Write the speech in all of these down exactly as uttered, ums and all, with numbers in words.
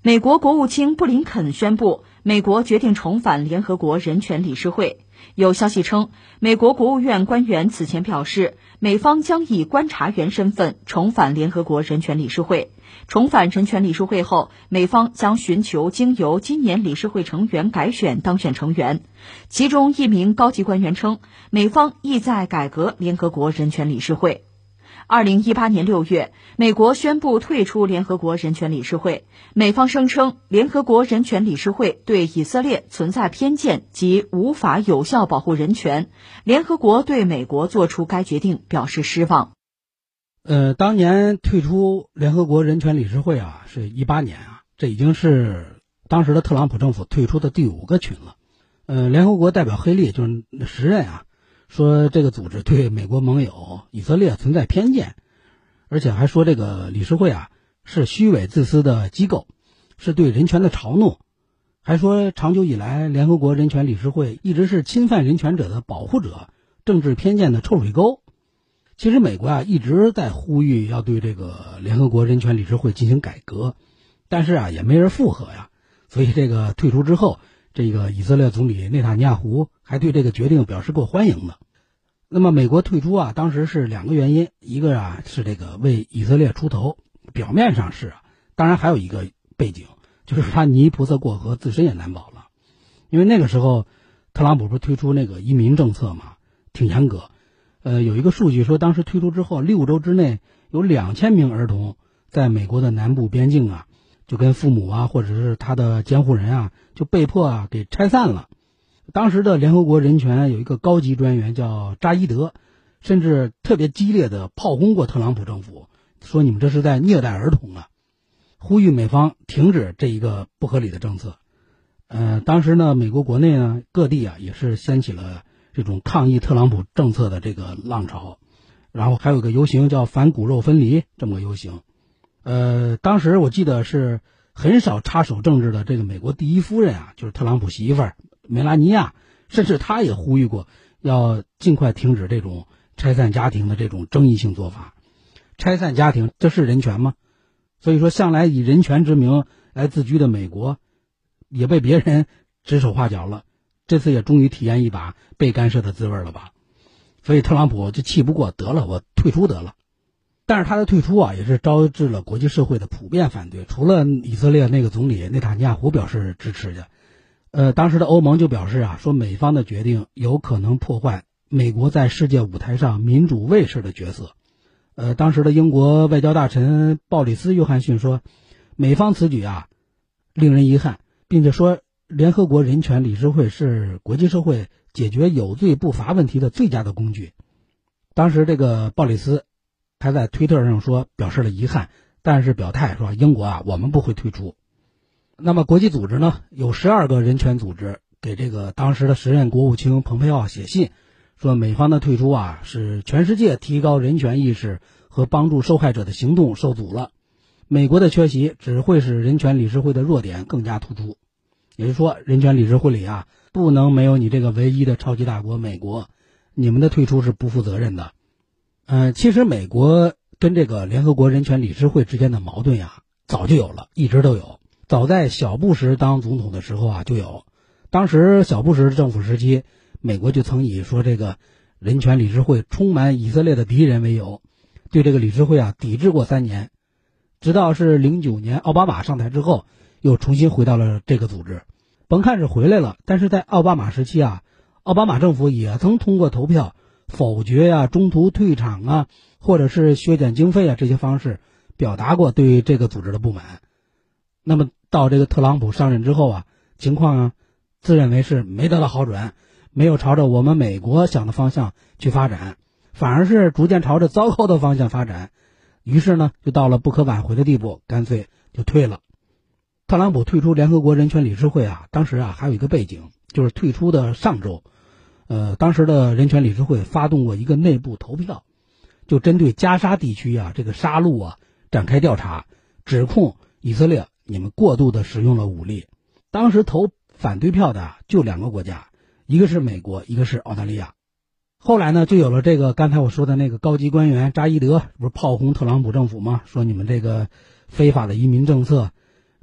美国国务卿布林肯宣布，美国决定重返联合国人权理事会。有消息称，美国国务院官员此前表示，美方将以观察员身份重返联合国人权理事会。重返人权理事会后，美方将寻求经由今年理事会成员改选当选成员。其中一名高级官员称，美方意在改革联合国人权理事会。二零一八年六月，美国宣布退出联合国人权理事会。美方声称，联合国人权理事会对以色列存在偏见及无法有效保护人权。联合国对美国做出该决定表示失望。 呃，当年退出联合国人权理事会啊，是一八年啊，这已经是当时的特朗普政府退出的第五个群了。呃，联合国代表黑利就是时任啊。说这个组织对美国盟友以色列存在偏见，而且还说这个理事会啊是虚伪自私的机构，是对人权的嘲弄，还说长久以来联合国人权理事会一直是侵犯人权者的保护者，政治偏见的臭水沟。其实美国啊一直在呼吁要对这个联合国人权理事会进行改革，但是啊也没人附和呀，所以这个退出之后，这个以色列总理内塔尼亚胡还对这个决定表示过欢迎的。那么美国退出啊，当时是两个原因，一个啊是这个为以色列出头，表面上是啊，当然还有一个背景，就是他泥菩萨过河，自身也难保了。因为那个时候特朗普不是推出那个移民政策嘛，挺严格。呃，有一个数据说，当时推出之后，六周之内有两千名儿童在美国的南部边境啊，就跟父母啊，或者是他的监护人啊，就被迫啊给拆散了。当时的联合国人权有一个高级专员叫扎伊德，甚至特别激烈的炮轰过特朗普政府，说你们这是在虐待儿童啊，呼吁美方停止这一个不合理的政策。呃，当时呢，美国国内呢各地啊也是掀起了这种抗议特朗普政策的这个浪潮，然后还有个游行叫反骨肉分离这么个游行。呃，当时我记得是很少插手政治的这个美国第一夫人啊，就是特朗普媳妇儿梅拉尼亚，甚至她也呼吁过要尽快停止这种拆散家庭的这种争议性做法。拆散家庭，这是人权吗？所以说，向来以人权之名来自居的美国，也被别人指手画脚了。这次也终于体验一把被干涉的滋味了吧？所以特朗普就气不过，得了，我退出得了。但是他的退出啊，也是招致了国际社会的普遍反对。除了以色列那个总理内塔尼亚胡表示支持的，呃，当时的欧盟就表示啊，说美方的决定有可能破坏美国在世界舞台上民主卫士的角色。呃，当时的英国外交大臣鲍里斯·约翰逊说，美方此举啊，令人遗憾，并且说联合国人权理事会是国际社会解决有罪不罚问题的最佳的工具。当时这个鲍里斯还在推特上说表示了遗憾，但是表态说英国啊，我们不会退出。那么国际组织呢，有十二个人权组织给这个当时的时任国务卿蓬佩奥写信，说美方的退出啊，使全世界提高人权意识和帮助受害者的行动受阻了。美国的缺席只会使人权理事会的弱点更加突出。也就是说，人权理事会里啊，不能没有你这个唯一的超级大国美国，你们的退出是不负责任的。呃，其实美国跟这个联合国人权理事会之间的矛盾呀，早就有了，一直都有。早在小布什当总统的时候啊就有。当时小布什政府时期，美国就曾以说这个人权理事会充满以色列的敌人为由，对这个理事会啊抵制过三年。直到是零九年奥巴马上台之后，又重新回到了这个组织。甭看是回来了，但是在奥巴马时期啊，奥巴马政府也曾通过投票否决呀、啊、中途退场啊，或者是削减经费啊这些方式表达过对这个组织的不满。那么到这个特朗普上任之后啊，情况啊自认为是没得到好转，没有朝着我们美国想的方向去发展，反而是逐渐朝着糟糕的方向发展。于是呢，就到了不可挽回的地步，干脆就退了。特朗普退出联合国人权理事会啊，当时啊还有一个背景，就是退出的上周，呃，当时的人权理事会发动过一个内部投票，就针对加沙地区啊这个杀戮啊展开调查，指控以色列你们过度的使用了武力。当时投反对票的就两个国家，一个是美国，一个是澳大利亚。后来呢，就有了这个刚才我说的那个高级官员扎伊德，不是炮轰特朗普政府吗？说你们这个非法的移民政策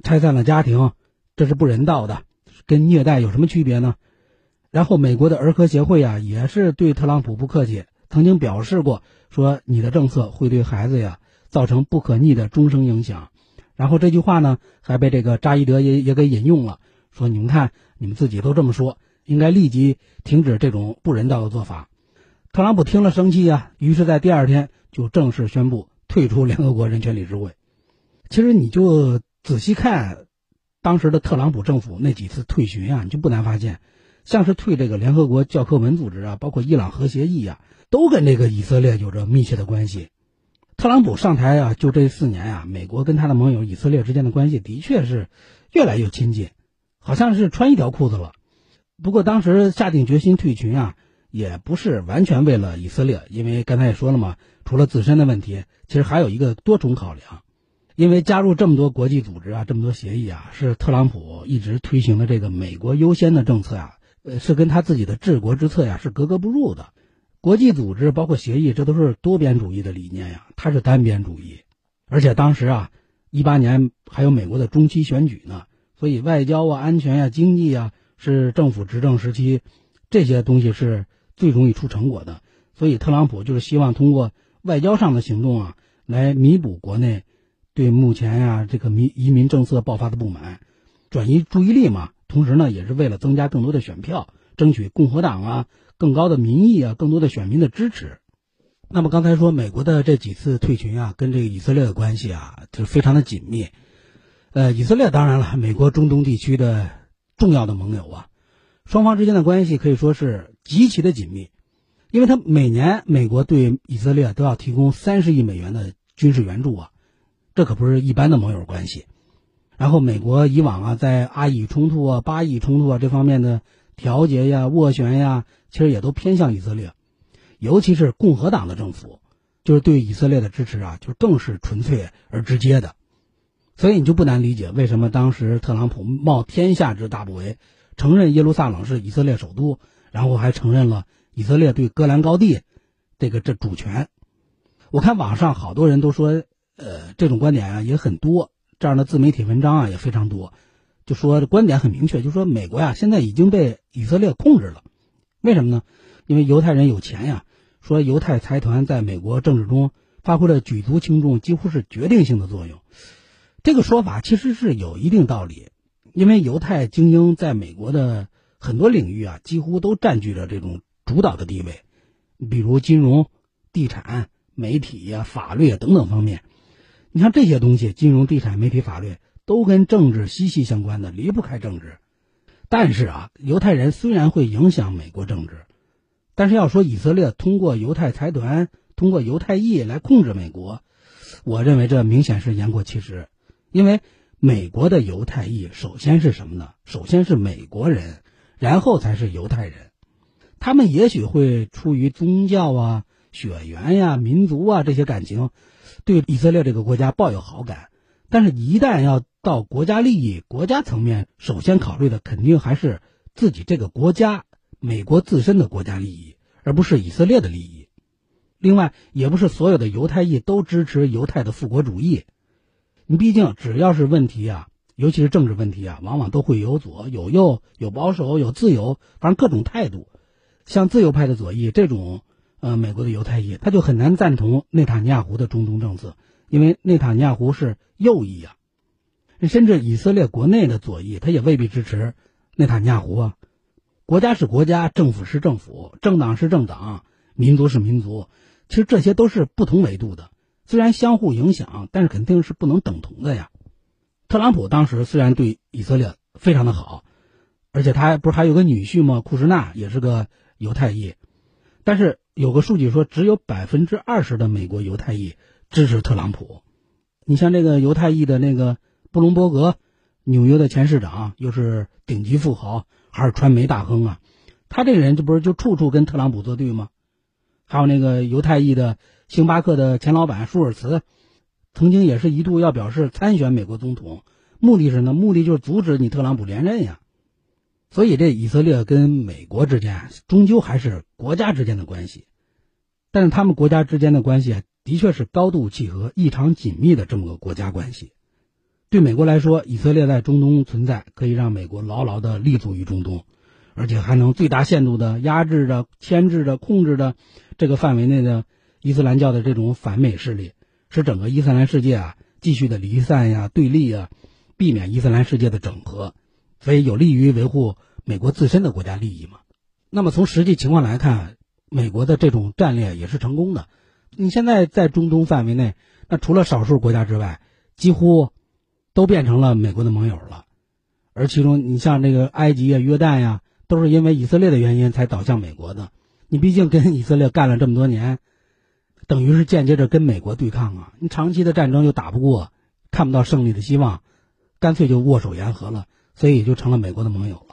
拆散了家庭，这是不人道的，跟虐待有什么区别呢？然后美国的儿科协会啊，也是对特朗普不客气，曾经表示过，说你的政策会对孩子呀造成不可逆的终生影响。然后这句话呢，还被这个扎伊德也也给引用了，说你们看，你们自己都这么说，应该立即停止这种不人道的做法。特朗普听了生气啊，于是在第二天就正式宣布退出联合国人权理事会。其实你就仔细看当时的特朗普政府那几次退群啊，你就不难发现，像是退这个联合国教科文组织啊，包括伊朗核协议啊，都跟这个以色列有着密切的关系。特朗普上台啊，就这四年啊，美国跟他的盟友以色列之间的关系的确是越来越亲近，好像是穿一条裤子了。不过当时下定决心退群啊，也不是完全为了以色列，因为刚才也说了嘛，除了自身的问题，其实还有一个多重考量。因为加入这么多国际组织啊，这么多协议啊，是特朗普一直推行的这个美国优先的政策啊，呃，是跟他自己的治国之策呀是格格不入的。国际组织包括协议，这都是多边主义的理念呀，它是单边主义。而且当时啊，一八年还有美国的中期选举呢，所以外交啊、安全呀、经济啊是政府执政时期这些东西是最容易出成果的。所以特朗普就是希望通过外交上的行动啊，来弥补国内对目前呀、啊、这个民移民政策爆发的不满，转移注意力嘛。同时呢，也是为了增加更多的选票，争取共和党啊更高的民意啊，更多的选民的支持。那么刚才说美国的这几次退群啊，跟这个以色列的关系啊，就非常的紧密。呃，以色列当然了，美国中东地区的重要的盟友啊，双方之间的关系可以说是极其的紧密，因为他每年美国对以色列都要提供三十亿美元的军事援助啊，这可不是一般的盟友关系。然后美国以往啊，在阿以冲突啊、巴以冲突啊这方面的调节呀、斡旋呀，其实也都偏向以色列，尤其是共和党的政府，就是对以色列的支持啊，就更是纯粹而直接的。所以你就不难理解为什么当时特朗普冒天下之大不韪，承认耶路撒冷是以色列首都，然后还承认了以色列对戈兰高地这个这主权。我看网上好多人都说，呃，这种观点啊也很多，这样的自媒体文章啊也非常多，就说观点很明确，就说美国呀现在已经被以色列控制了。为什么呢？因为犹太人有钱呀，说犹太财团在美国政治中发挥了举足轻重，几乎是决定性的作用。这个说法其实是有一定道理，因为犹太精英在美国的很多领域啊，几乎都占据着这种主导的地位，比如金融、地产、媒体呀、法律等等方面。你像这些东西，金融、地产、媒体、法律都跟政治息息相关的，离不开政治。但是啊，犹太人虽然会影响美国政治，但是要说以色列通过犹太财团、通过犹太裔来控制美国，我认为这明显是言过其实。因为美国的犹太裔首先是什么呢？首先是美国人，然后才是犹太人。他们也许会出于宗教啊、血缘呀、民族啊这些感情，对以色列这个国家抱有好感，但是一旦要到国家利益、国家层面，首先考虑的肯定还是自己这个国家、美国自身的国家利益，而不是以色列的利益。另外，也不是所有的犹太裔都支持犹太的复国主义。你毕竟只要是问题啊，尤其是政治问题啊，往往都会有左有右，有保守有自由，反正各种态度。像自由派的左翼这种呃美国的犹太裔，他就很难赞同内塔尼亚胡的中东政策，因为内塔尼亚胡是右翼啊。甚至以色列国内的左翼他也未必支持内塔尼亚胡啊。国家是国家，政府是政府，政党是政党，民族是民族，其实这些都是不同维度的，虽然相互影响，但是肯定是不能等同的呀。特朗普当时虽然对以色列非常的好，而且他不是还有个女婿吗？库什纳也是个犹太裔，但是有个数据说只有百分之二十的美国犹太裔支持特朗普。你像这个犹太裔的那个布隆伯格，纽约的前市长，又是顶级富豪，还是传媒大亨啊，他这个人这不是就处处跟特朗普作对吗？还有那个犹太裔的星巴克的前老板舒尔茨，曾经也是一度要表示参选美国总统，目的是呢，目的就是阻止你特朗普连任呀。所以这以色列跟美国之间终究还是国家之间的关系，但是他们国家之间的关系啊，的确是高度契合、异常紧密的这么个国家关系。 对美国来说，以色列在中东存在可以让美国牢牢地立足于中东，而且还能最大限度地压制着、牵制着、控制着这个范围内的伊斯兰教的这种反美势力，使整个伊斯兰世界啊继续的离散呀、对立啊，避免伊斯兰世界的整合，所以有利于维护美国自身的国家利益嘛。那么从实际情况来看，美国的这种战略也是成功的。你现在在中东范围内，那除了少数国家之外，几乎都变成了美国的盟友了。而其中你像这个埃及啊、约旦呀、啊，都是因为以色列的原因才倒向美国的。你毕竟跟以色列干了这么多年，等于是间接着跟美国对抗啊。你长期的战争又打不过，看不到胜利的希望，干脆就握手言和了，所以也就成了美国的盟友了。